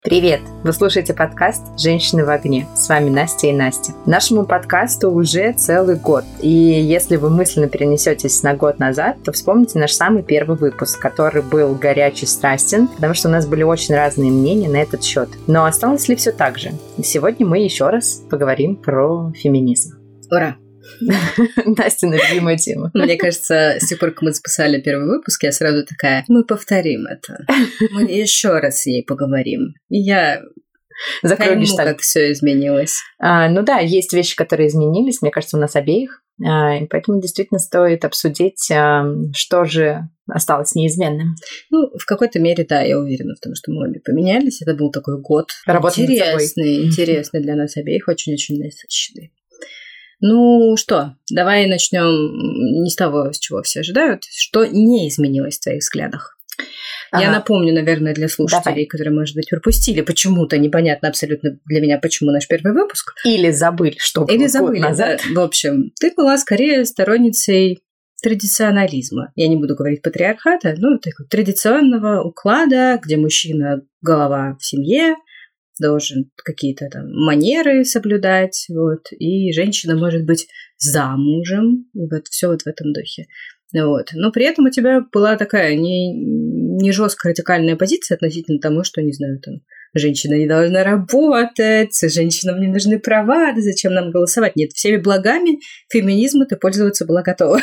Привет! Вы слушаете подкаст «Женщины в огне». С вами Настя и Настя. Нашему подкасту уже целый год. И если вы мысленно перенесетесь на год назад, то вспомните наш самый первый выпуск, который был горячий, страстен, потому что у нас были очень разные мнения на этот счет. Но осталось ли все так же? Сегодня мы еще раз поговорим про феминизм. Ура! Настина любимая тема. Мне кажется, с тех пор, как мы записали первый выпуск, я сразу такая, мы повторим это. Мы еще раз с ней поговорим. И я пойму, как все изменилось. Ну да, есть вещи, которые изменились, мне кажется, у нас обеих. И поэтому действительно стоит обсудить, что же осталось неизменным. Ну, в какой-то мере, да, я уверена в том, что мы обе поменялись. Это был такой год интересный для нас обеих, очень-очень насыщенный. Ну что, давай начнем не с того, с чего все ожидают. Что не изменилось в твоих взглядах? Я напомню, наверное, для слушателей, которые, может быть, пропустили почему-то, непонятно абсолютно для меня, почему наш первый выпуск. Или забыли, что было год назад. Да. В общем, ты была скорее сторонницей традиционализма. Я не буду говорить патриархата, но такого традиционного уклада, где мужчина – голова в семье, должен какие-то там манеры соблюдать, вот, и женщина может быть замужем, вот, все вот в этом духе. Вот. Но при этом у тебя была такая не жесткая радикальная позиция относительно тому, что, не знаю, там, женщина не должна работать, женщинам не нужны права, да зачем нам голосовать? Нет, всеми благами феминизма ты пользоваться была готова.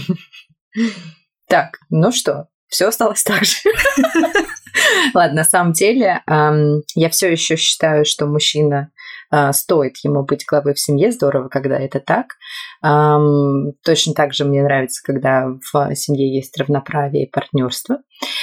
Так, ну что, все осталось так же. Ладно, на самом деле, я все еще считаю, что мужчина стоит ему быть главой в семье. Здорово, когда это так. Точно так же мне нравится, когда в семье есть равноправие и партнерство.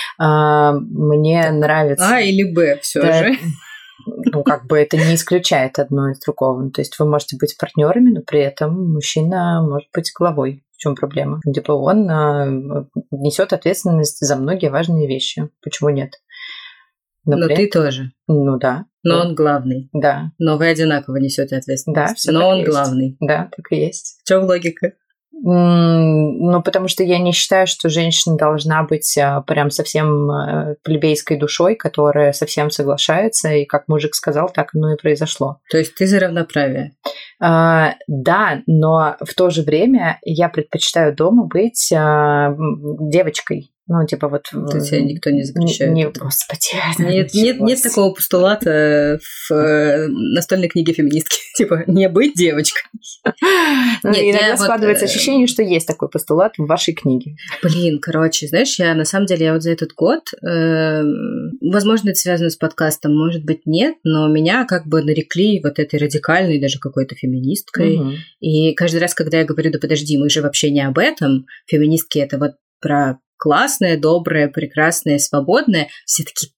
Мне нравится... А или Б все же. Ну, как бы это не исключает одно из другого. То есть вы можете быть партнерами, но при этом мужчина может быть главой. В чем проблема? Типа он несет ответственность за многие важные вещи. Почему нет? Но ты тоже. Ну да. Но он главный. Да. Но вы одинаково несете ответственность. Да, все. Но он главный. Да, так и есть. В чем логика? Ну, потому что я не считаю, что женщина должна быть прям совсем плебейской душой, которая совсем соглашается, и как мужик сказал, так оно и произошло. То есть ты за равноправие? Да, но в то же время я предпочитаю дома быть девочкой. Ну, типа вот... Это тебя никто не запрещает. Нет, господи. Нет такого постулата в настольной книге феминистки. Типа, не быть девочкой. Иногда складывается ощущение, что есть такой постулат в вашей книге. Блин, короче, знаешь, на самом деле, я вот за этот год, возможно, это связано с подкастом, может быть, нет, но меня как бы нарекли вот этой радикальной даже какой-то феминисткой. Угу. И каждый раз, когда я говорю, да подожди, мы же вообще не об этом, феминистки это вот про классное, доброе, прекрасное, свободное, все такие,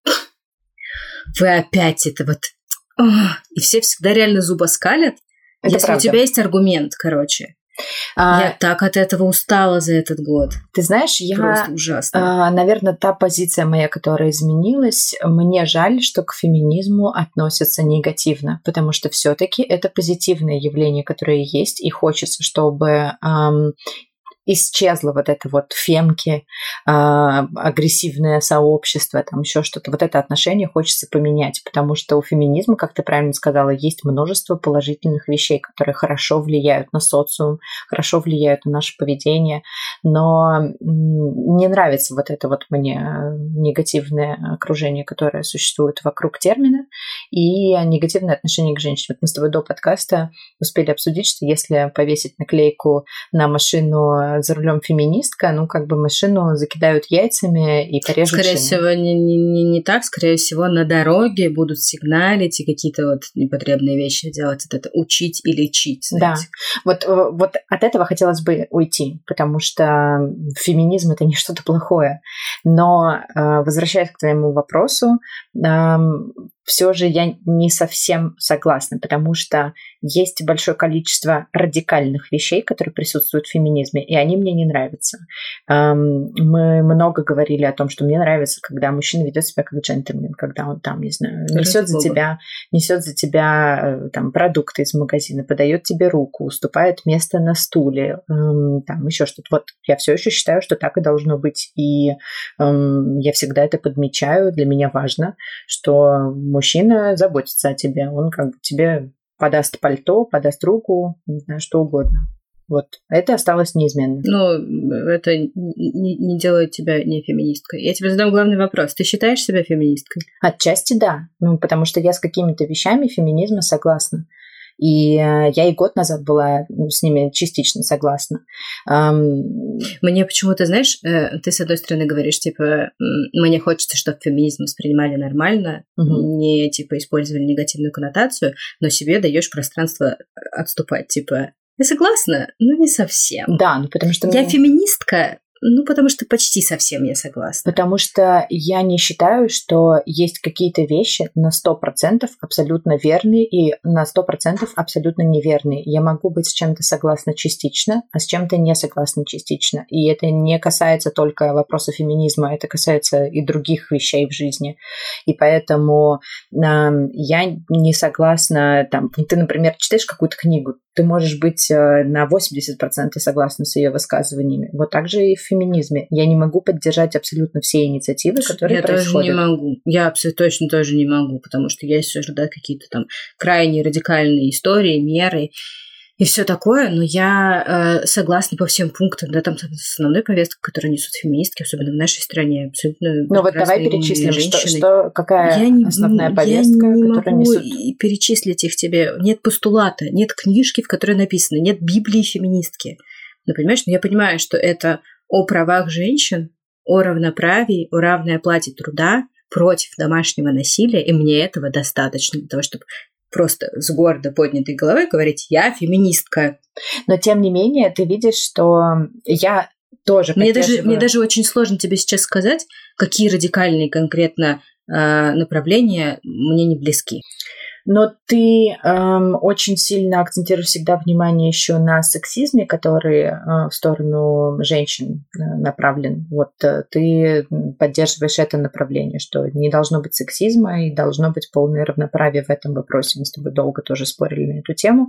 вы опять это вот... И все всегда реально зубоскалят, это если правда. У тебя есть аргумент, короче. Я так от этого устала за этот год. Ты знаешь, просто ужасно. Наверное, та позиция моя, которая изменилась, мне жаль, что к феминизму относятся негативно, потому что все-таки это позитивное явление, которое есть, и хочется, чтобы... исчезло вот это вот фемки, агрессивное сообщество, там еще что-то. Вот это отношение хочется поменять, потому что у феминизма, как ты правильно сказала, есть множество положительных вещей, которые хорошо влияют на социум, хорошо влияют на наше поведение, но не нравится вот это вот мне негативное окружение, которое существует вокруг термина, и негативное отношение к женщине. Вот мы с тобой до подкаста успели обсудить, что если повесить наклейку на машину за рулем феминистка, ну, как бы машину закидают яйцами и порежут. Скорее всего, не так. Скорее всего, на дороге будут сигналить и какие-то вот непотребные вещи делать. Это учить и лечить. Знаете. Да. Вот от этого хотелось бы уйти, потому что феминизм – это не что-то плохое. Но, возвращаясь к твоему вопросу, все же я не совсем согласна, потому что есть большое количество радикальных вещей, которые присутствуют в феминизме, и они мне не нравятся. Мы много говорили о том, что мне нравится, когда мужчина ведет себя как джентльмен, когда он там, не знаю, несет за тебя там продукты из магазина, подает тебе руку, уступает место на стуле, там еще что-то. Вот я все еще считаю, что так и должно быть, и я всегда это подмечаю. Для меня важно, что мужчина заботится о тебе, он как бы тебе подаст пальто, подаст руку, не знаю, что угодно. Вот, это осталось неизменно. Но это не делает тебя не феминисткой. Я тебе задам главный вопрос. Ты считаешь себя феминисткой? Отчасти да, потому что я с какими-то вещами феминизма согласна. И я и год назад была с ними частично согласна. Мне почему-то, знаешь, ты с одной стороны говоришь, типа, мне хочется, чтобы феминизм воспринимали нормально, не, типа, использовали негативную коннотацию, но себе даешь пространство отступать, типа, я согласна, но не совсем. Да, потому что... Я феминистка, потому что почти совсем я согласна. Потому что я не считаю, что есть какие-то вещи на 100% абсолютно верные и на 100% абсолютно неверные. Я могу быть с чем-то согласна частично, а с чем-то не согласна частично. И это не касается только вопроса феминизма, это касается и других вещей в жизни. И поэтому я не согласна... Ты, например, читаешь какую-то книгу, ты можешь быть на 80% согласна с ее высказываниями. Вот так же и в феминизме. Я не могу поддержать абсолютно все инициативы, которые происходят. Я тоже не могу. Я абсолютно точно тоже не могу, потому что есть все же, какие-то там крайне радикальные истории, меры и все такое, но я согласна по всем пунктам, там основной повесткой, которую несут феминистки, особенно в нашей стране, абсолютно. Ну вот давай перечислим, какая основная повестка, которую несут. Я не могу перечислить их тебе. Нет постулата, нет книжки, в которой написано, нет Библии феминистки. Ну, понимаешь, я понимаю, что это о правах женщин, о равноправии, о равной оплате труда, против домашнего насилия, и мне этого достаточно для того, чтобы просто с гордо поднятой головой говорить «я феминистка». Но, тем не менее, ты видишь, что я тоже поддерживаю... Мне даже очень сложно тебе сейчас сказать, какие радикальные конкретно направления мне не близки. Но ты очень сильно акцентируешь всегда внимание еще на сексизме, который в сторону женщин направлен. Вот ты поддерживаешь это направление, что не должно быть сексизма и должно быть полное равноправие в этом вопросе. Мы с тобой долго тоже спорили на эту тему.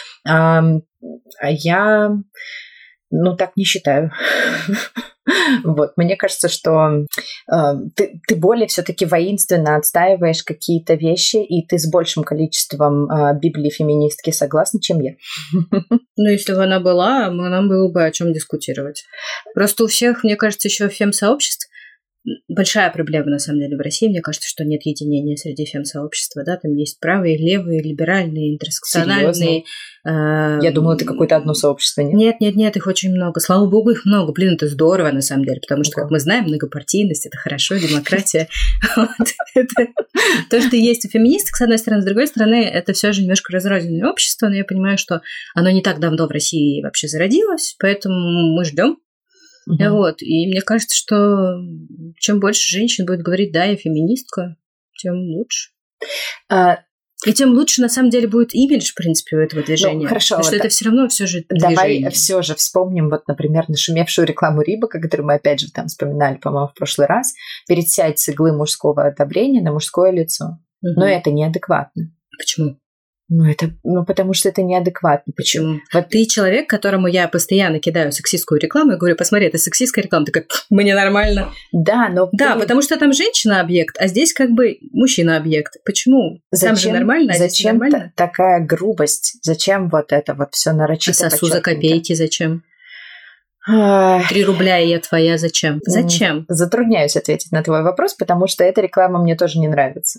Я, так не считаю. Вот, мне кажется, что ты более все-таки воинственно отстаиваешь какие-то вещи, и ты с большим количеством Библии феминистки согласна, чем я. Если бы она была, нам было бы о чем дискутировать. Просто у всех, мне кажется, еще фем-сообществ большая проблема, на самом деле, в России. Мне кажется, что нет единения среди фем-сообщества. Да? Там есть правые, левые, либеральные, интерсекциональные. Я думала, это какое-то одно сообщество, нет? Нет, их очень много. Слава богу, их много. Блин, это здорово, на самом деле, потому что, как мы знаем, многопартийность – это хорошо, демократия. Это то, что есть у феминисток, с одной стороны. С другой стороны, это все же немножко разрозненное общество, но я понимаю, что оно не так давно в России вообще зародилось, поэтому мы ждем. Вот. И мне кажется, что чем больше женщин будет говорить «да, я феминистка», тем лучше. И тем лучше, на самом деле, будет имидж, в принципе, у этого движения. Хорошо. Потому что это все равно все же движение. Давай все же вспомним, вот, например, нашумевшую рекламу Рибака, которую мы, опять же, там вспоминали, по-моему, в прошлый раз. Пересядь с иглы мужского одобрения на мужское лицо. Но это неадекватно. Почему? Потому что это неадекватно. Почему? Вот ты человек, которому я постоянно кидаю сексистскую рекламу и говорю, посмотри, это сексистская реклама. Ты как, мне нормально. Да, но... Да, потому что там женщина-объект, а здесь как бы мужчина-объект. Почему? Там же нормально, а здесь нормально. Зачем такая грубость? Зачем вот это вот все нарочито? А сосу за копейки зачем? 3 рубля, и я твоя, зачем? Зачем? Затрудняюсь ответить на твой вопрос, потому что эта реклама мне тоже не нравится.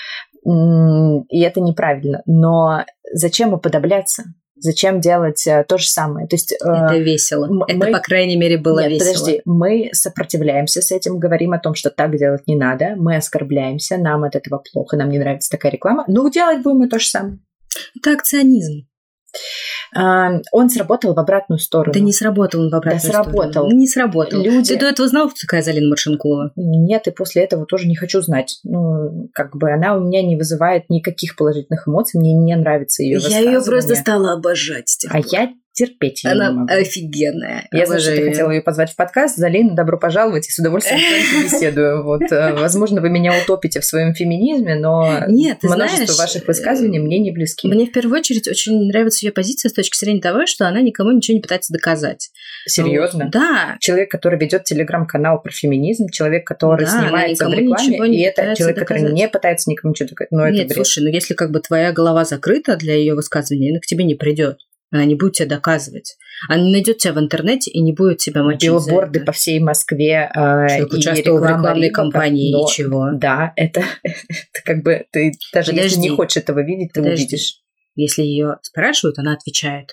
И это неправильно. Но зачем уподобляться? Зачем делать то же самое? То есть, это весело. Это, по крайней мере, было весело. Подожди, мы сопротивляемся с этим, говорим о том, что так делать не надо, мы оскорбляемся, нам от этого плохо, нам не нравится такая реклама. Делать будем мы то же самое. Это акционизм. Он сработал в обратную сторону. Да не сработал он в обратную сторону. Да сработал. Не сработал. Ты до этого знал, кто такая Залина Маршенкова? Нет, и после этого тоже не хочу знать. Она у меня не вызывает никаких положительных эмоций, мне не нравится ее высказывание. Я ее просто стала обожать. А я терпеть ее не могу. Она офигенная. Я знаю, что ты хотела ее позвать в подкаст. Залина, добро пожаловать, и с удовольствием с вами беседую. Вот, возможно, вы меня утопите в своем феминизме, но нет, множество ваших высказываний мне не близки. Мне в первую очередь очень нравится ее позиция с точки зрения того, что она никому ничего не пытается доказать. Серьезно? Вот. Да. Человек, который ведет телеграм-канал про феминизм, человек, который снимается в рекламе, и это человек, который не пытается никому ничего доказать. Но нет, слушай, ну если как бы твоя голова закрыта для ее высказывания, она к тебе не придет. Она не будет тебе доказывать. Она не найдет тебя в интернете и не будет тебя мочить. Билборды по всей Москве. Человек участвовал в рекламной кампании, ничего. Да, это как бы ты даже если не хочешь этого видеть, ты увидишь. Если ее спрашивают, она отвечает.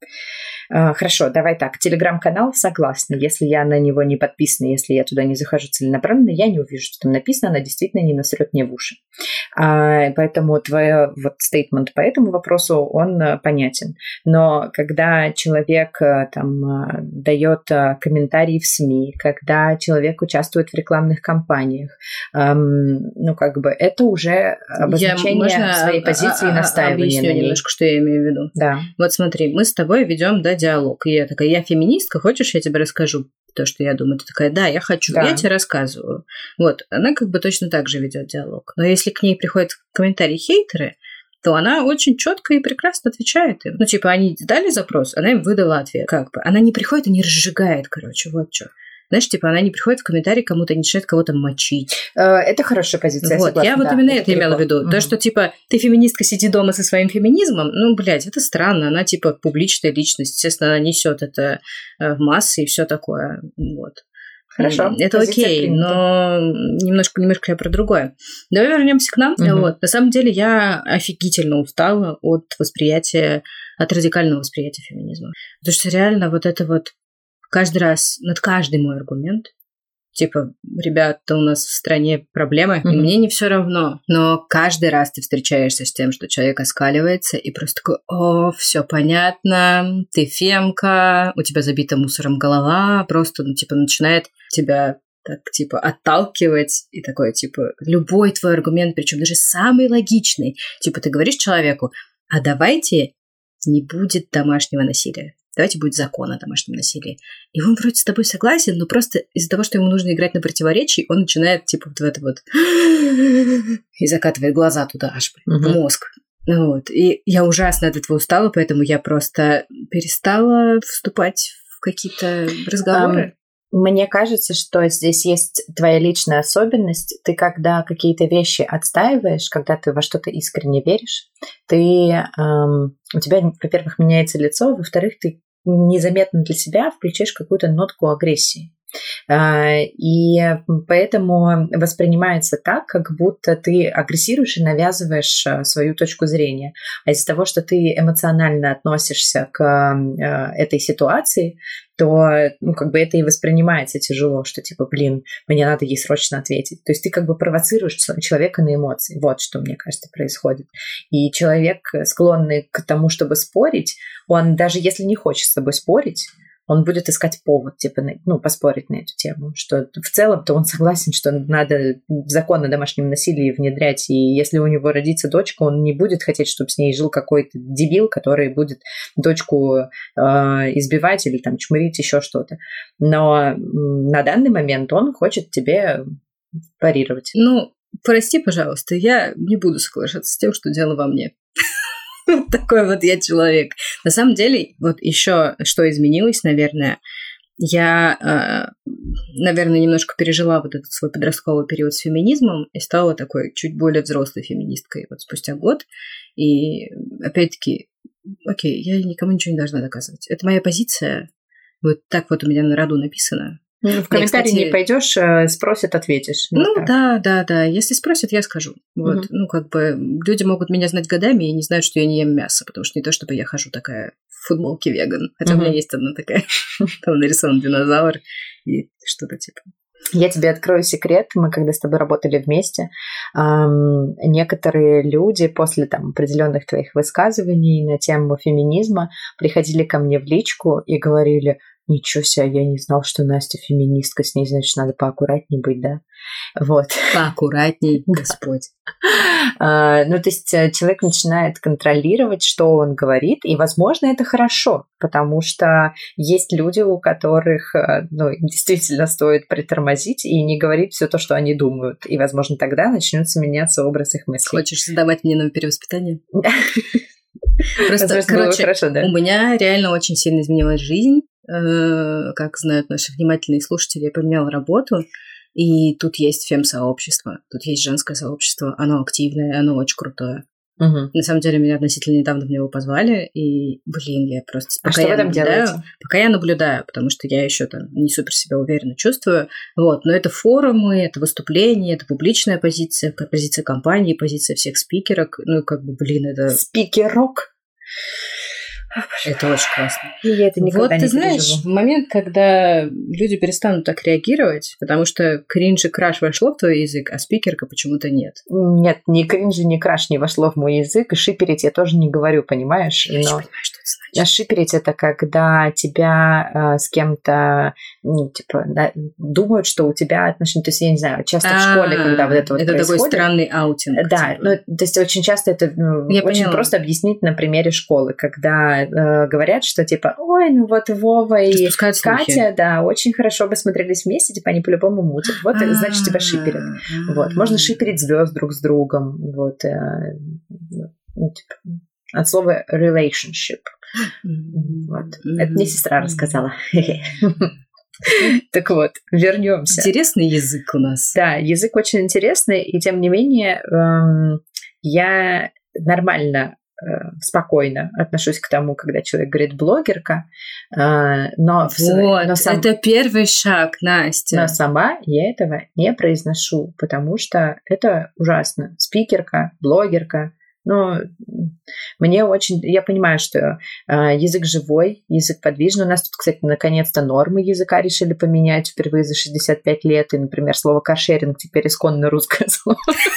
Хорошо, давай так. Телеграм-канал, согласна. Если я на него не подписана, если я туда не захожу целенаправленно, я не увижу, что там написано, она действительно не насрет мне в уши. Поэтому твой вот стейтмент по этому вопросу, он понятен. Но когда человек там дает комментарии в СМИ, когда человек участвует в рекламных кампаниях, ну как бы это уже обозначение своей позиции и настаивания объясню на ней. Немножко, что я имею в виду. Да. Вот смотри, мы с тобой ведем, диалог. И я такая, я феминистка, хочешь, я тебе расскажу то, что я думаю? Ты такая, да, я хочу, я тебе рассказываю. Вот, она как бы точно так же ведет диалог. Но если к ней приходят в комментарии хейтеры, то она очень четко и прекрасно отвечает им. Ну, типа, они дали запрос, она им выдала ответ. Как бы. Она не приходит и не разжигает, короче, вот что. Знаешь, типа, она не приходит в комментарии кому-то, не начинает кого-то мочить. Это хорошая позиция, вот, согласна, я вот именно это имела в виду. То, что, типа, ты феминистка, сиди дома со своим феминизмом, ну, блядь, это странно. Она, типа, публичная личность. Естественно, она несет это в массы и все такое. Вот. Хорошо. Это окей, но немножко я про другое. Давай вернемся к нам. Вот. На самом деле, я офигительно устала от радикального восприятия феминизма. Потому что реально вот это вот каждый раз, над каждый мой аргумент, типа, ребята, у нас в стране проблемы, и мне не все равно. Но каждый раз ты встречаешься с тем, что человек оскаливается и просто такой, о, все понятно, ты фемка, у тебя забита мусором голова, просто, ну, типа, начинает тебя так, типа, отталкивать, и такой, типа, любой твой аргумент, причем даже самый логичный. Типа, ты говоришь человеку, а давайте не будет домашнего насилия. Давайте будет закон о домашнем насилии. И он вроде с тобой согласен, но просто из-за того, что ему нужно играть на противоречии, он начинает типа вот в это вот и закатывает глаза туда аж в мозг. Вот. И я ужасно от этого устала, поэтому я просто перестала вступать в какие-то разговоры. Мне кажется, что здесь есть твоя личная особенность. Ты, когда какие-то вещи отстаиваешь, когда ты во что-то искренне веришь, у тебя, во-первых, меняется лицо, во-вторых, ты незаметно для себя включаешь какую-то нотку агрессии. И поэтому воспринимается так, как будто ты агрессируешь и навязываешь свою точку зрения. А из-за того, что ты эмоционально относишься к этой ситуации, то, ну, как бы это и воспринимается тяжело, что типа, блин, мне надо ей срочно ответить. То есть ты как бы провоцируешь человека на эмоции. Вот что, мне кажется, происходит. И человек, склонный к тому, чтобы спорить, он даже если не хочет с тобой спорить, он будет искать повод, типа, ну, поспорить на эту тему, что в целом-то он согласен, что надо закон о домашнем насилии внедрять, и если у него родится дочка, он не будет хотеть, чтобы с ней жил какой-то дебил, который будет дочку избивать или там чмырить, еще что-то. Но на данный момент он хочет тебе парировать. Ну, прости, пожалуйста, я не буду соглашаться с тем, что дело во мне. Такой вот я человек. На самом деле, вот еще что изменилось, наверное, я, наверное, немножко пережила вот этот свой подростковый период с феминизмом и стала такой чуть более взрослой феминисткой вот спустя год. И опять-таки, окей, я никому ничего не должна доказывать. Это моя позиция. Вот так вот у меня на роду написано. В комментарии не пойдешь, спросят, ответишь. Ну да. Если спросят, я скажу. Вот. Ну, как бы люди могут меня знать годами и не знают, что я не ем мясо, потому что не то, чтобы я хожу такая в футболке веган. Хотя у меня есть одна такая, там нарисован динозавр и что-то типа. Я тебе открою секрет. Мы когда с тобой работали вместе, некоторые люди после там определенных твоих высказываний на тему феминизма приходили ко мне в личку и говорили: ничего себе, я не знал, что Настя феминистка, с ней, значит, надо поаккуратней быть, да? Вот. Поаккуратней, Господь. Ну, то есть человек начинает контролировать, что он говорит, и, возможно, это хорошо, потому что есть люди, у которых, ну, действительно стоит притормозить и не говорить все то, что они думают, и, возможно, тогда начнется меняться образ их мыслей. Хочешь задавать мне на перевоспитание? Просто, короче, хорошо, да. У меня реально очень сильно изменилась жизнь. Как знают наши внимательные слушатели, я поменяла работу, и тут есть фем-сообщество, тут есть женское сообщество, оно активное, оно очень крутое. Угу. На самом деле, меня относительно недавно в него позвали, и, блин, я просто... Что вы там делаете? Пока я наблюдаю, потому что я еще там не супер себя уверенно чувствую, вот, но это форумы, это выступления, это публичная позиция компании, позиция всех спикерок, ну, как бы, блин, это... Спикерок? Это очень классно. И я это никогда вот не ты знаешь, переживу. в момент, когда люди перестанут так реагировать, потому что кринж и краш вошло в твой язык, а спикерка почему-то нет. Нет, ни кринжи, ни краш не вошло в мой язык, и шиперить я тоже не говорю, понимаешь? Я не понимаю, что это значит. Шиперить — это когда тебя с кем-то, ну, типа, да, думают, что у тебя отношения, то есть, я не знаю, часто в школе, когда вот это вот это происходит. такой странный аутинг. Да, типа. ну, то есть очень часто это очень просто объяснить на примере школы, когда говорят, что типа, ой, ну вот Вова и Катя, да, очень хорошо бы смотрелись вместе, типа они по-любому мутят. Вот, значит, тебя шиперят. Вот, можно шиперить звезд друг с другом. Вот, ну, типа, от слова relationship. Вот. Это мне сестра рассказала. Так вот, вернемся. Интересный язык у нас. Да, язык очень интересный, и тем не менее я нормально, спокойно отношусь к тому, когда человек говорит «блогерка», но это первый шаг, Настя. Но сама я этого не произношу, потому что это ужасно. Спикерка, блогерка. Но мне очень... Я понимаю, что язык живой, язык подвижный. У нас тут, кстати, наконец-то нормы языка решили поменять впервые за 65 лет. И, например, слово «каршеринг» теперь исконно русское слово.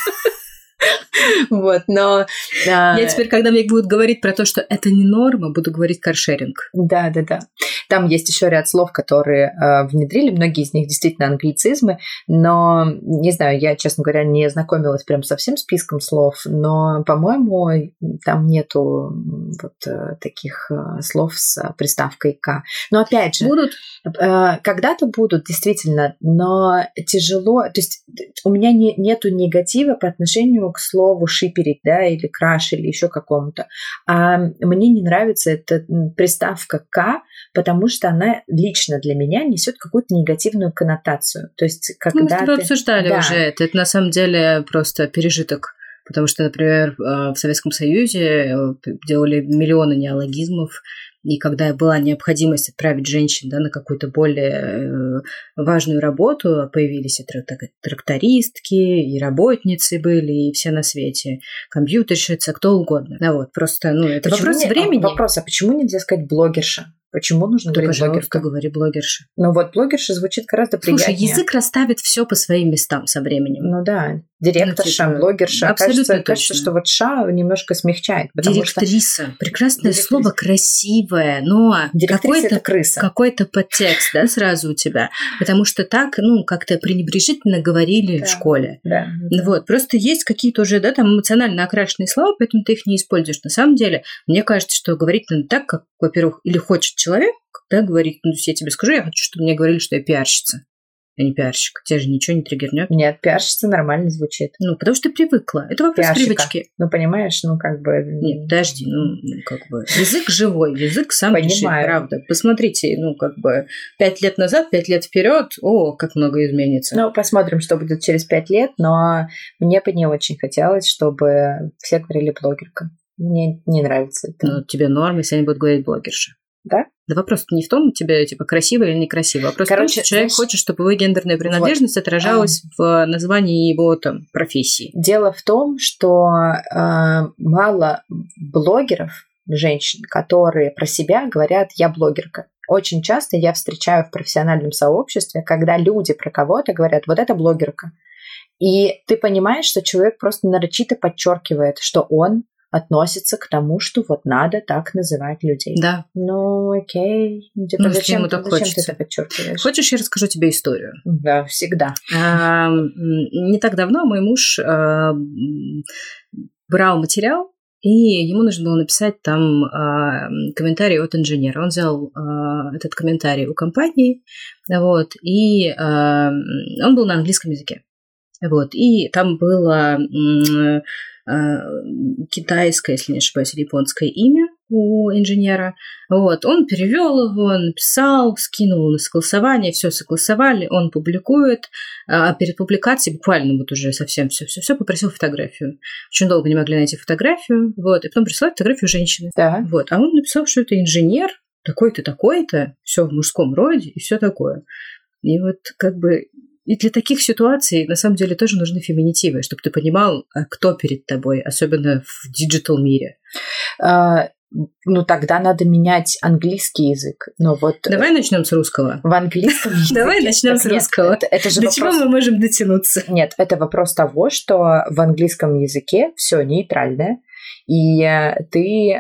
Вот, но... Я теперь, когда мне будут говорить про то, что это не норма, буду говорить каршеринг. Да. Там есть еще ряд слов, которые внедрили. Многие из них действительно англицизмы, но, не знаю, я, честно говоря, не знакомилась прям со всем списком слов, но, по-моему, там нету вот таких слов с приставкой «к». Но, опять же... Будут? Когда-то будут, действительно, но тяжело... То есть у меня нету негатива по отношению к слову «шиперить», да, или «краш», или еще какому-то. А мне не нравится эта приставка «к», потому что она лично для меня несет какую-то негативную коннотацию. То есть, когда мы с тобой обсуждали уже это. Это на самом деле просто пережиток. Потому что, например, в Советском Союзе делали миллионы неологизмов, и когда была необходимость отправить женщин, да, на какую-то более важную работу, появились и трактористки, и работницы были, и все на свете, компьютерщица, кто угодно. А вот, просто, это вопрос времени. Вопрос, а почему нельзя сказать блогерша? Почему нужно говорить блогерка? Говори блогерша. Ну вот блогерша звучит гораздо приятнее. Слушай, язык расставит все по своим местам со временем. Ну да, директорша, блогерша. Абсолютно кажется, что вот ша немножко смягчает. Директриса. Прекрасное слово, красивое, но какой-то подтекст, да, сразу у тебя. Потому что так, как-то пренебрежительно говорили в школе. Да. Вот, просто есть какие-то уже, да, там эмоционально окрашенные слова, поэтому ты их не используешь. На самом деле, мне кажется, что говорить надо так, как, во-первых, или хочет человек, когда говорит, то есть я тебе скажу, я хочу, чтобы мне говорили, что я пиарщица, а не пиарщик. Тебя же ничего не триггернет. Нет, пиарщица нормально звучит. Потому что ты привыкла. Это вопрос привычки. Понимаешь, как бы... Нет, подожди, язык живой, язык сам пишет, правда. Посмотрите, 5 лет назад, 5 лет вперед, как много изменится. Посмотрим, что будет через 5 лет, но мне бы не очень хотелось, чтобы все говорили блогерка. Мне не нравится это. Тебе норм, если они будут говорить блогерша. Да? Да вопрос не в том, тебе красиво или некрасиво. Вопрос в том, что человек хочет, чтобы его гендерная принадлежность отражалась в названии его профессии. Дело в том, что мало блогеров, женщин, которые про себя говорят «я блогерка». Очень часто я встречаю в профессиональном сообществе, когда люди про кого-то говорят «вот это блогерка». И ты понимаешь, что человек просто нарочито подчеркивает, что он относится к тому, что вот надо так называть людей. Да. Ну, окей. Типа, зачем ты это подчеркиваешь? Хочешь, я расскажу тебе историю? Да, всегда. Не так давно мой муж брал материал, и ему нужно было написать там комментарий от инженера. Он взял этот комментарий у компании, вот, и он был на английском языке. Вот, и там было китайское, если не ошибаюсь, или японское имя у инженера. Вот, он перевел его, написал, скинул на согласование, все согласовали, он публикует. А перед публикацией, буквально вот уже совсем все попросил фотографию. Очень долго не могли найти фотографию, вот, и потом прислали фотографию женщины. Да. Вот, а он написал, что это инженер, такой-то, все в мужском роде и все такое. И вот как бы и для таких ситуаций на самом деле тоже нужны феминитивы, чтобы ты понимал, кто перед тобой, особенно в диджитал мире. Ну, тогда надо менять английский язык. Но вот давай начнем с русского. В английском языке... Давай начнем с русского. Это же до чего мы можем дотянуться? Нет, это вопрос того, что в английском языке все нейтральное, и ты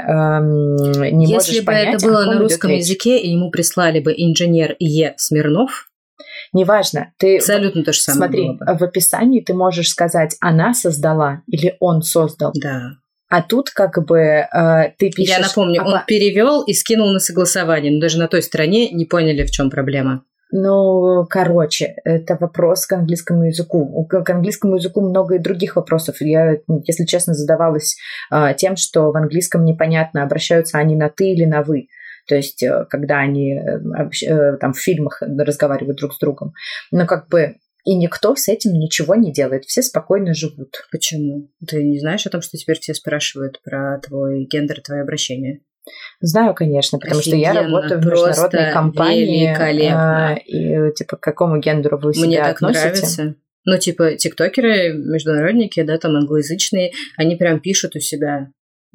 не можешь понять, если бы это было на русском языке, и ему прислали бы инженер Е. Смирнов, неважно. Ты абсолютно то же самое. Смотри, в описании ты можешь сказать «она создала» или «он создал». Да. А тут как бы ты пишешь... Я напомню, он перевел и скинул на согласование, но даже на той стороне не поняли, в чем проблема. Ну, короче, это вопрос к английскому языку. К английскому языку много и других вопросов. Я, если честно, задавалась тем, что в английском непонятно, обращаются они на «ты» или на «вы». То есть, когда они там в фильмах разговаривают друг с другом. Но как бы и никто с этим ничего не делает. Все спокойно живут. Почему? Ты не знаешь о том, что теперь все спрашивают про твой гендер, твое обращение? Знаю, конечно, потому что я работаю в международной компании. Великолепно. И типа к какому гендеру вы Мне себя так относите? Нравится. Ну, типа, тиктокеры, международники, да, там англоязычные, они прям пишут у себя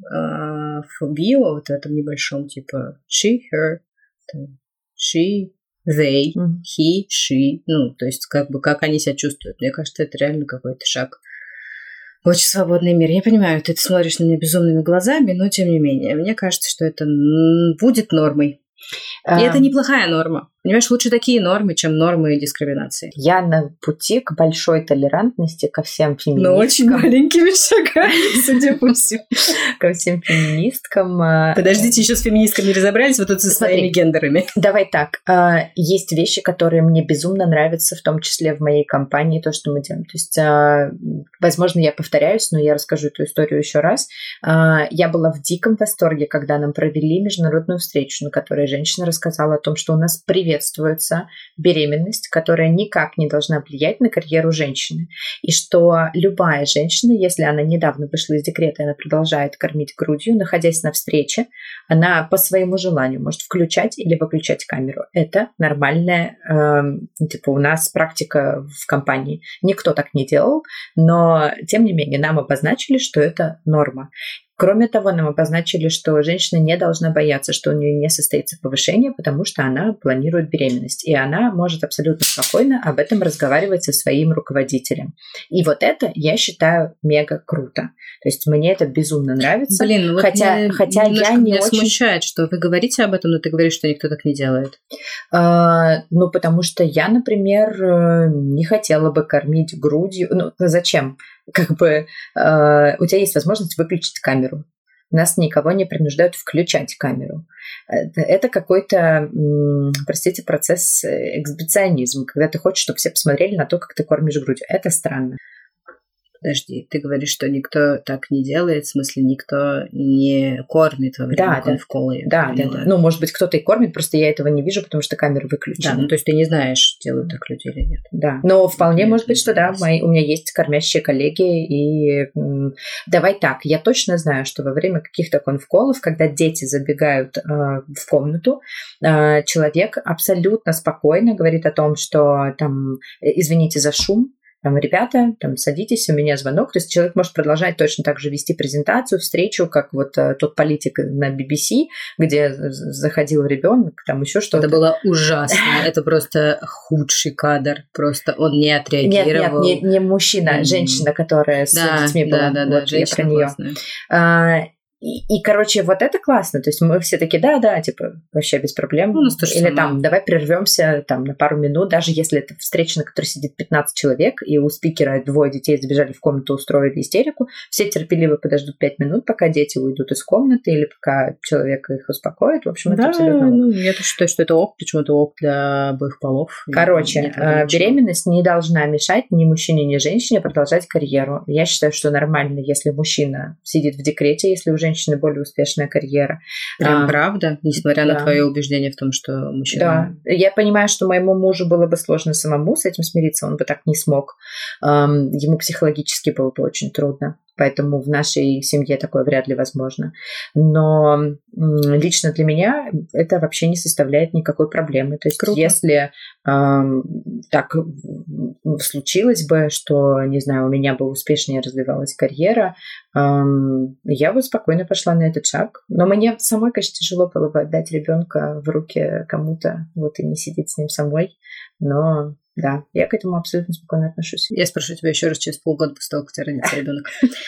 в био, вот в этом небольшом, типа she, her, she, they, he, she. Ну, то есть, как бы, как они себя чувствуют. Мне кажется, это реально какой-то шаг в очень свободный мир. Я понимаю, ты смотришь на меня безумными глазами, но тем не менее, мне кажется, что это будет нормой. И это неплохая норма. Понимаешь, лучше такие нормы, чем нормы дискриминации. Я на пути к большой толерантности ко всем феминисткам. Но очень маленькими шагами, судя по всему. Ко всем феминисткам. Подождите, еще с феминистками не разобрались, вот тут со своими гендерами. Давай так. Есть вещи, которые мне безумно нравятся, в том числе в моей компании, то, что мы делаем. То есть, возможно, я повторяюсь, но я расскажу эту историю еще раз. Я была в диком восторге, когда нам провели международную встречу, на которой женщина рассказала о том, что у нас приветствуется беременность, которая никак не должна влиять на карьеру женщины. И что любая женщина, если она недавно вышла из декрета, и она продолжает кормить грудью, находясь на встрече, она по своему желанию может включать или выключать камеру. Это нормальная, типа у нас практика в компании. Никто так не делал, но тем не менее нам обозначили, что это норма. Кроме того, нам обозначили, что женщина не должна бояться, что у нее не состоится повышение, потому что она планирует беременность. И она может абсолютно спокойно об этом разговаривать со своим руководителем. И вот это, я считаю, мега круто. То есть мне это безумно нравится. Блин, ну вот хотя я не меня очень... смущает, что вы говорите об этом, но ты говоришь, что никто так не делает. Ну, потому что я, например, не хотела бы кормить грудью. Ну, зачем? Как бы у тебя есть возможность выключить камеру. Нас никого не принуждают включать камеру. Это какой-то, простите, процесс эксбиционизма, когда ты хочешь, чтобы все посмотрели на то, как ты кормишь грудью. Это странно. Подожди, ты говоришь, что никто так не делает, в смысле, никто не кормит во время конфкола. Да. Ну, может быть, кто-то и кормит, просто я этого не вижу, потому что камера выключена. Да, ну, то есть ты не знаешь, делают так люди или нет. Да, но вполне может быть, что да, у меня есть кормящие коллеги, и давай так, я точно знаю, что во время каких-то конфколов, когда дети забегают в комнату, человек абсолютно спокойно говорит о том, что там, извините за шум, там, ребята, там, садитесь, у меня звонок. То есть человек может продолжать точно так же вести презентацию, встречу, как вот тот политик на BBC, где заходил ребенок, там еще что-то. Это было ужасно. Это просто худший кадр. Просто он не отреагировал. Нет, не мужчина, женщина, которая с детьми была. Да, женщина классная. И, короче, вот это классно. То есть мы все такие, да, типа, вообще без проблем. Ну, или там, давай прервемся там на пару минут, даже если это встреча, на которой сидит 15 человек, и у спикера 2 детей забежали в комнату, устроили истерику, все терпеливо подождут 5 минут, пока дети уйдут из комнаты, или пока человек их успокоит. В общем, это абсолютно ок. Ну, я считаю, что это ок, почему-то ок для обоих полов. Короче, беременность не должна мешать ни мужчине, ни женщине продолжать карьеру. Я считаю, что нормально, если мужчина сидит в декрете, если уже женщины более успешная карьера. Прям правда? Несмотря на твое убеждение в том, что мужчина... Да. Я понимаю, что моему мужу было бы сложно самому с этим смириться, он бы так не смог. Ему психологически было бы очень трудно. Поэтому в нашей семье такое вряд ли возможно. Но лично для меня это вообще не составляет никакой проблемы. То есть круто. Если так случилось бы, что, не знаю, у меня бы успешнее развивалась карьера, я бы спокойно пошла на этот шаг. Но мне самой, конечно, тяжело было бы отдать ребенка в руки кому-то, вот и не сидеть с ним самой. Но да, я к этому абсолютно спокойно отношусь. Я спрошу тебя еще раз через полгода после того, как у тебя родится ребенок.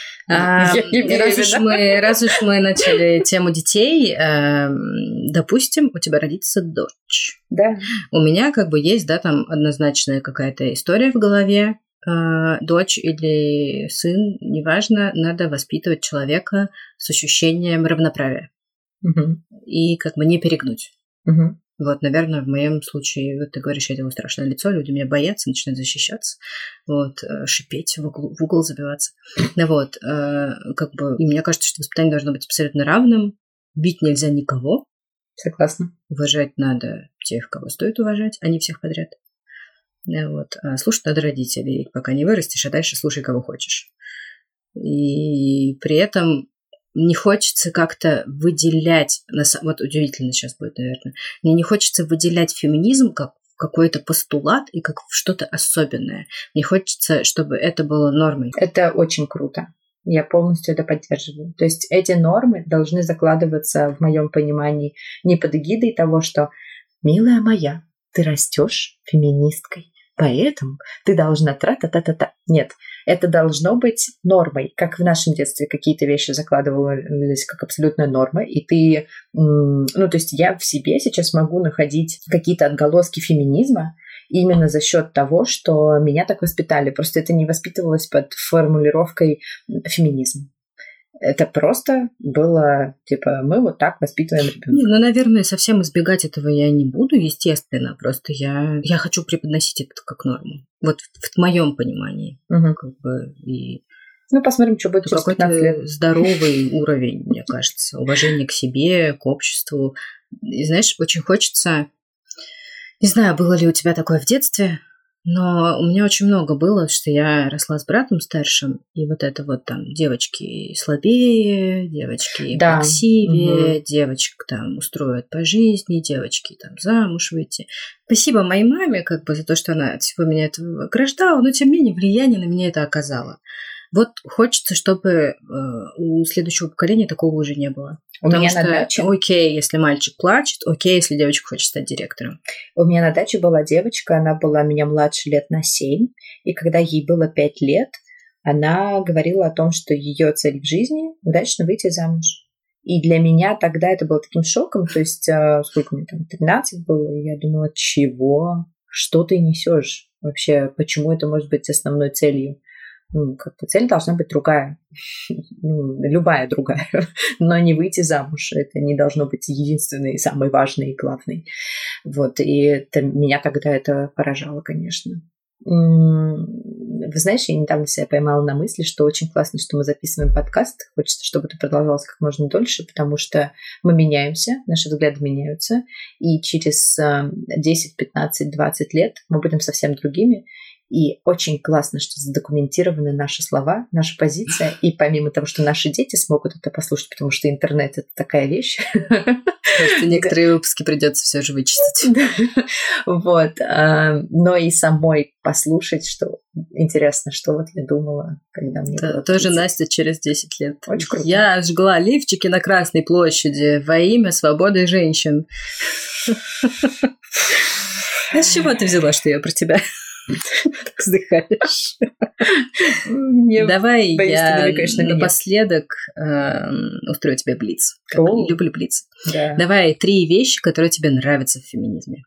Раз уж мы начали тему детей, допустим, у тебя родится дочь. Да. У меня как бы есть, да, там однозначная какая-то история в голове. Дочь или сын, неважно, надо воспитывать человека с ощущением равноправия. И как бы не перегнуть. Вот, наверное, в моем случае, вот ты говоришь, я делаю страшное лицо, люди меня боятся, начинают защищаться, вот, шипеть, в угол забиваться. Вот, как бы, и мне кажется, что воспитание должно быть абсолютно равным, бить нельзя никого. Согласна. Уважать надо тех, кого стоит уважать, а не всех подряд. Вот, а слушать надо родителей, пока не вырастешь, а дальше слушай, кого хочешь. И при этом не хочется как-то выделять, вот удивительно сейчас будет, наверное, мне не хочется выделять феминизм как какой-то постулат и как что-то особенное. Мне хочется, чтобы это было нормой. Это очень круто. Я полностью это поддерживаю. То есть эти нормы должны закладываться, в моем понимании, не под эгидой того, что «милая моя, ты растешь феминисткой, поэтому ты должна тра-та-та-та-та». Нет. Это должно быть нормой, как в нашем детстве какие-то вещи закладывались как абсолютная норма, и ты, то есть я в себе сейчас могу находить какие-то отголоски феминизма именно за счет того, что меня так воспитали. Просто это не воспитывалось под формулировкой феминизм. Это просто было, типа, мы вот так воспитываем ребенка. Ну, наверное, совсем избегать этого я не буду, естественно. Просто я хочу преподносить это как норму. Вот в моем понимании. Как бы, и... Ну, посмотрим, что будет через 15 лет. Здоровый уровень, мне кажется. Уважение к себе, к обществу. И, знаешь, очень хочется... Не знаю, было ли у тебя такое в детстве, но у меня очень много было, что я росла с братом старшим, и вот это вот там девочки слабее, девочки плаксивее, девочек там устроят по жизни, девочки там замуж выйти. Спасибо моей маме как бы за то, что она всего меня этого ограждала, но тем не менее влияние на меня это оказало. Вот хочется, чтобы у следующего поколения такого уже не было. Потому что окей, если мальчик плачет, окей, если девочка хочет стать директором. У меня на даче была девочка, она была меня младше лет на 7, и когда ей было 5 лет, она говорила о том, что ее цель в жизни – удачно выйти замуж. И для меня тогда это было таким шоком, то есть сколько мне там, 13 было, и я думала, чего? Что ты несешь? Вообще, почему это может быть основной целью? Как-то цель должна быть другая, любая другая, но не выйти замуж. Это не должно быть единственной, самой важной и главной. Вот, и меня тогда это поражало, конечно. Вы знаешь, я недавно себя поймала на мысли, что очень классно, что мы записываем подкаст. Хочется, чтобы это продолжалось как можно дольше, потому что мы меняемся, наши взгляды меняются, и через 10, 15, 20 лет мы будем совсем другими. И очень классно, что задокументированы наши слова, наша позиция. И помимо того, что наши дети смогут это послушать, потому что интернет — это такая вещь. Просто некоторые выпуски придется все же вычистить. Вот. Но и самой послушать, что интересно, что вот я думала, когда мне было 30. Тоже Настя через 10 лет. Очень круто. Я жгла лифчики на Красной площади во имя свободы женщин. А с чего ты взяла, что я про тебя? Так вздыхаешь. Давай я напоследок устрою тебе блиц. Люблю блиц. Давай 3 вещи, которые тебе нравятся в феминизме.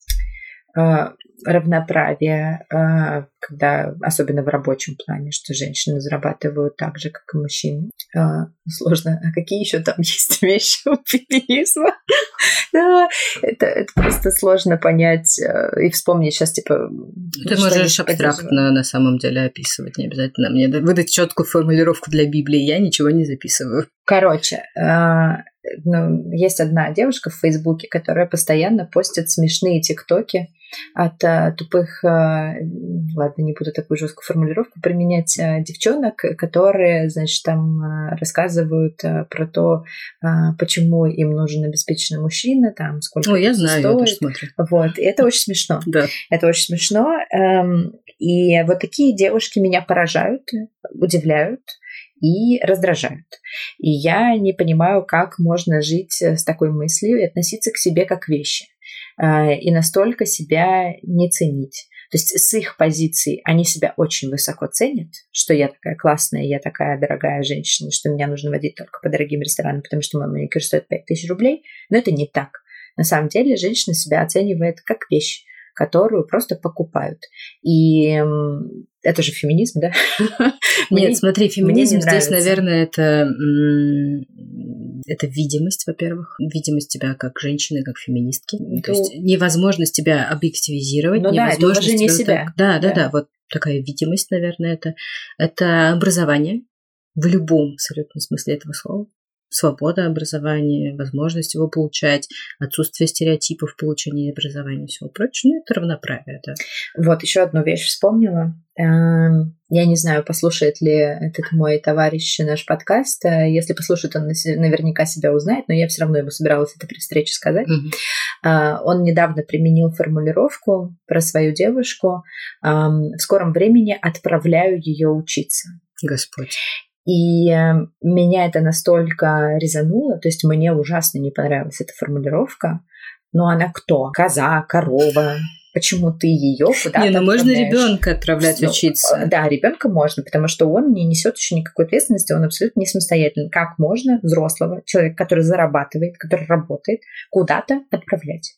Равноправие, когда, особенно в рабочем плане, что женщины зарабатывают так же, как и мужчины. Сложно. А какие еще там есть вещи у феминизма? Да, это просто сложно понять и вспомнить сейчас, типа... Ты можешь абстрактно на самом деле описывать, не обязательно мне выдать четкую формулировку для Библии, я ничего не записываю. Короче, есть одна девушка в Фейсбуке, которая постоянно постит смешные тиктоки от тупых, ладно, не буду такую жесткую формулировку применять, девчонок, которые, значит, там рассказывают про то, почему им нужен обеспеченный мужчина, там, сколько я знаю, стоит. Я тоже смотрю. Вот, и это очень смешно. Да. Это очень смешно. И вот такие девушки меня поражают, удивляют и раздражают. И я не понимаю, как можно жить с такой мыслью и относиться к себе как к вещи. И настолько себя не ценить. То есть с их позиций они себя очень высоко ценят, что я такая классная, я такая дорогая женщина, что меня нужно водить только по дорогим ресторанам, потому что мой маникюр стоит 5000 рублей. Но это не так. На самом деле женщина себя оценивает как вещь, которую просто покупают. И это же феминизм, да? Нет, смотри, феминизм здесь, наверное, это видимость, во-первых, видимость тебя как женщины, как феминистки. То есть невозможность тебя объективизировать, невозможность это уважение себя. Да, вот такая видимость, наверное, это образование в любом абсолютно смысле этого слова. Свобода образования, возможность его получать, отсутствие стереотипов в получении образования и всего прочего. Это равноправие, да. Вот еще одну вещь вспомнила. Я не знаю, послушает ли этот мой товарищ наш подкаст. Если послушает, он наверняка себя узнает, но я все равно ему собиралась это при встрече сказать. Он недавно применил формулировку про свою девушку. В скором времени отправляю ее учиться. Господь. И меня это настолько резануло, то есть мне ужасно не понравилась эта формулировка. Но она кто? Коза, корова. Почему ты ее куда-то отправляешь? Можно ребенка отправлять учиться. Да, ребенка можно, потому что он не несет еще никакой ответственности, он абсолютно не самостоятельный. Как можно взрослого человека, который зарабатывает, который работает, куда-то отправлять?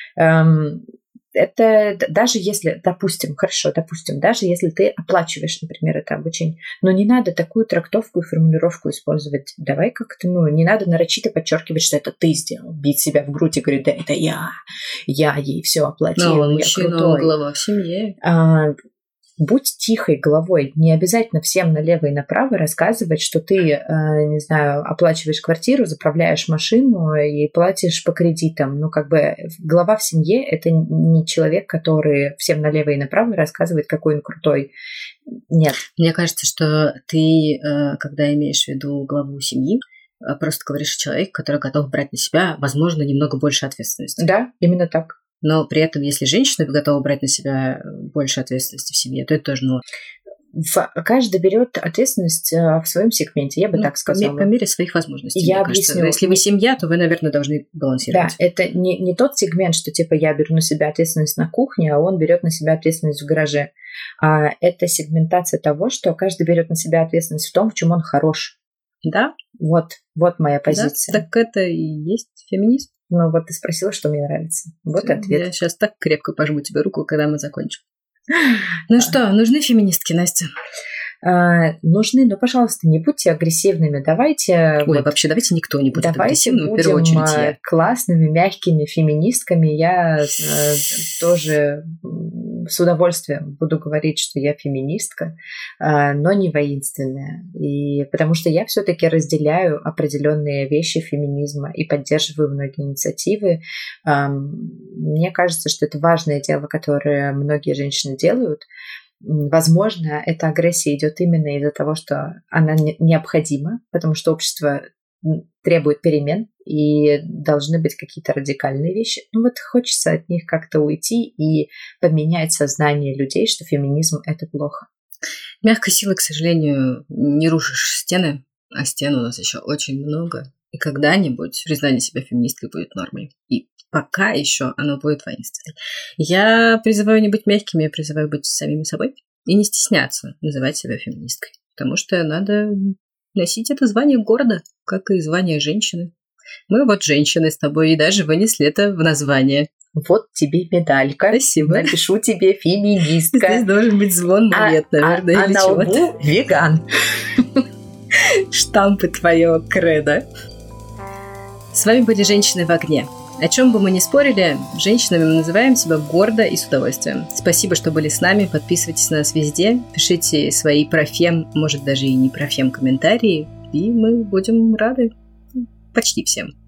Это даже если, допустим, даже если ты оплачиваешь, например, это обучение, но не надо такую трактовку и формулировку использовать. Давай как-то, не надо нарочито подчеркивать, что это ты сделал, бить себя в грудь и говорить, да, это я ей все оплатил, но я крутой. Глава в семье. Будь тихой головой. Не обязательно всем налево и направо рассказывать, что ты, не знаю, оплачиваешь квартиру, заправляешь машину и платишь по кредитам. Глава в семье – это не человек, который всем налево и направо рассказывает, какой он крутой. Нет. Мне кажется, что ты, когда имеешь в виду главу семьи, просто говоришь о человеке, который готов брать на себя, возможно, немного больше ответственности. Да, именно так. Но при этом, если женщина готова брать на себя больше ответственности в семье, то это тоже норма. Каждый берет ответственность в своем сегменте, я бы так сказала. По мере своих возможностей. Я объясню. Если вы семья, то вы, наверное, должны балансировать. Да, это не тот сегмент, что типа я беру на себя ответственность на кухне, а он берет на себя ответственность в гараже. Это сегментация того, что каждый берет на себя ответственность в том, в чем он хорош. Да. Вот моя позиция. Да, так это и есть феминизм. Ну вот ты спросила, что мне нравится. Вот и ответ. Я сейчас так крепко пожму тебе руку, когда мы закончим. Ну что, нужны феминистки, Настя? Нужны, но, пожалуйста, не будьте агрессивными. Давайте... Вообще, давайте никто не будет агрессивным, в первую очередь я. Давайте классными, мягкими феминистками. Я тоже с удовольствием буду говорить, что я феминистка, но не воинственная. И потому что я все-таки разделяю определенные вещи феминизма и поддерживаю многие инициативы. Мне кажется, что это важное дело, которое многие женщины делают. Возможно, эта агрессия идет именно из-за того, что она необходима, потому что общество требует перемен, и должны быть какие-то радикальные вещи. Ну вот хочется от них как-то уйти и поменять сознание людей, что феминизм – это плохо. Мягкой силы, к сожалению, не рушишь стены, а стен у нас еще очень много. И когда-нибудь признание себя феминисткой будет нормой. И пока еще оно будет воинственным. Я призываю не быть мягкими, я призываю быть самими собой и не стесняться называть себя феминисткой. Потому что надо носить это звание гордо, как и звание женщины. Мы вот женщины с тобой и даже вынесли это в название. Вот тебе медалька. Спасибо. Напишу тебе феминистка. Здесь должен быть звон монет, наверное, или на чего-то. лбу веган. Штампы твоего кредо. С вами были «Женщины в огне». О чем бы мы ни спорили, женщинами мы называем себя гордо и с удовольствием. Спасибо, что были с нами. Подписывайтесь на нас везде. Пишите свои профем, может даже и не профем комментарии. И мы будем рады почти всем.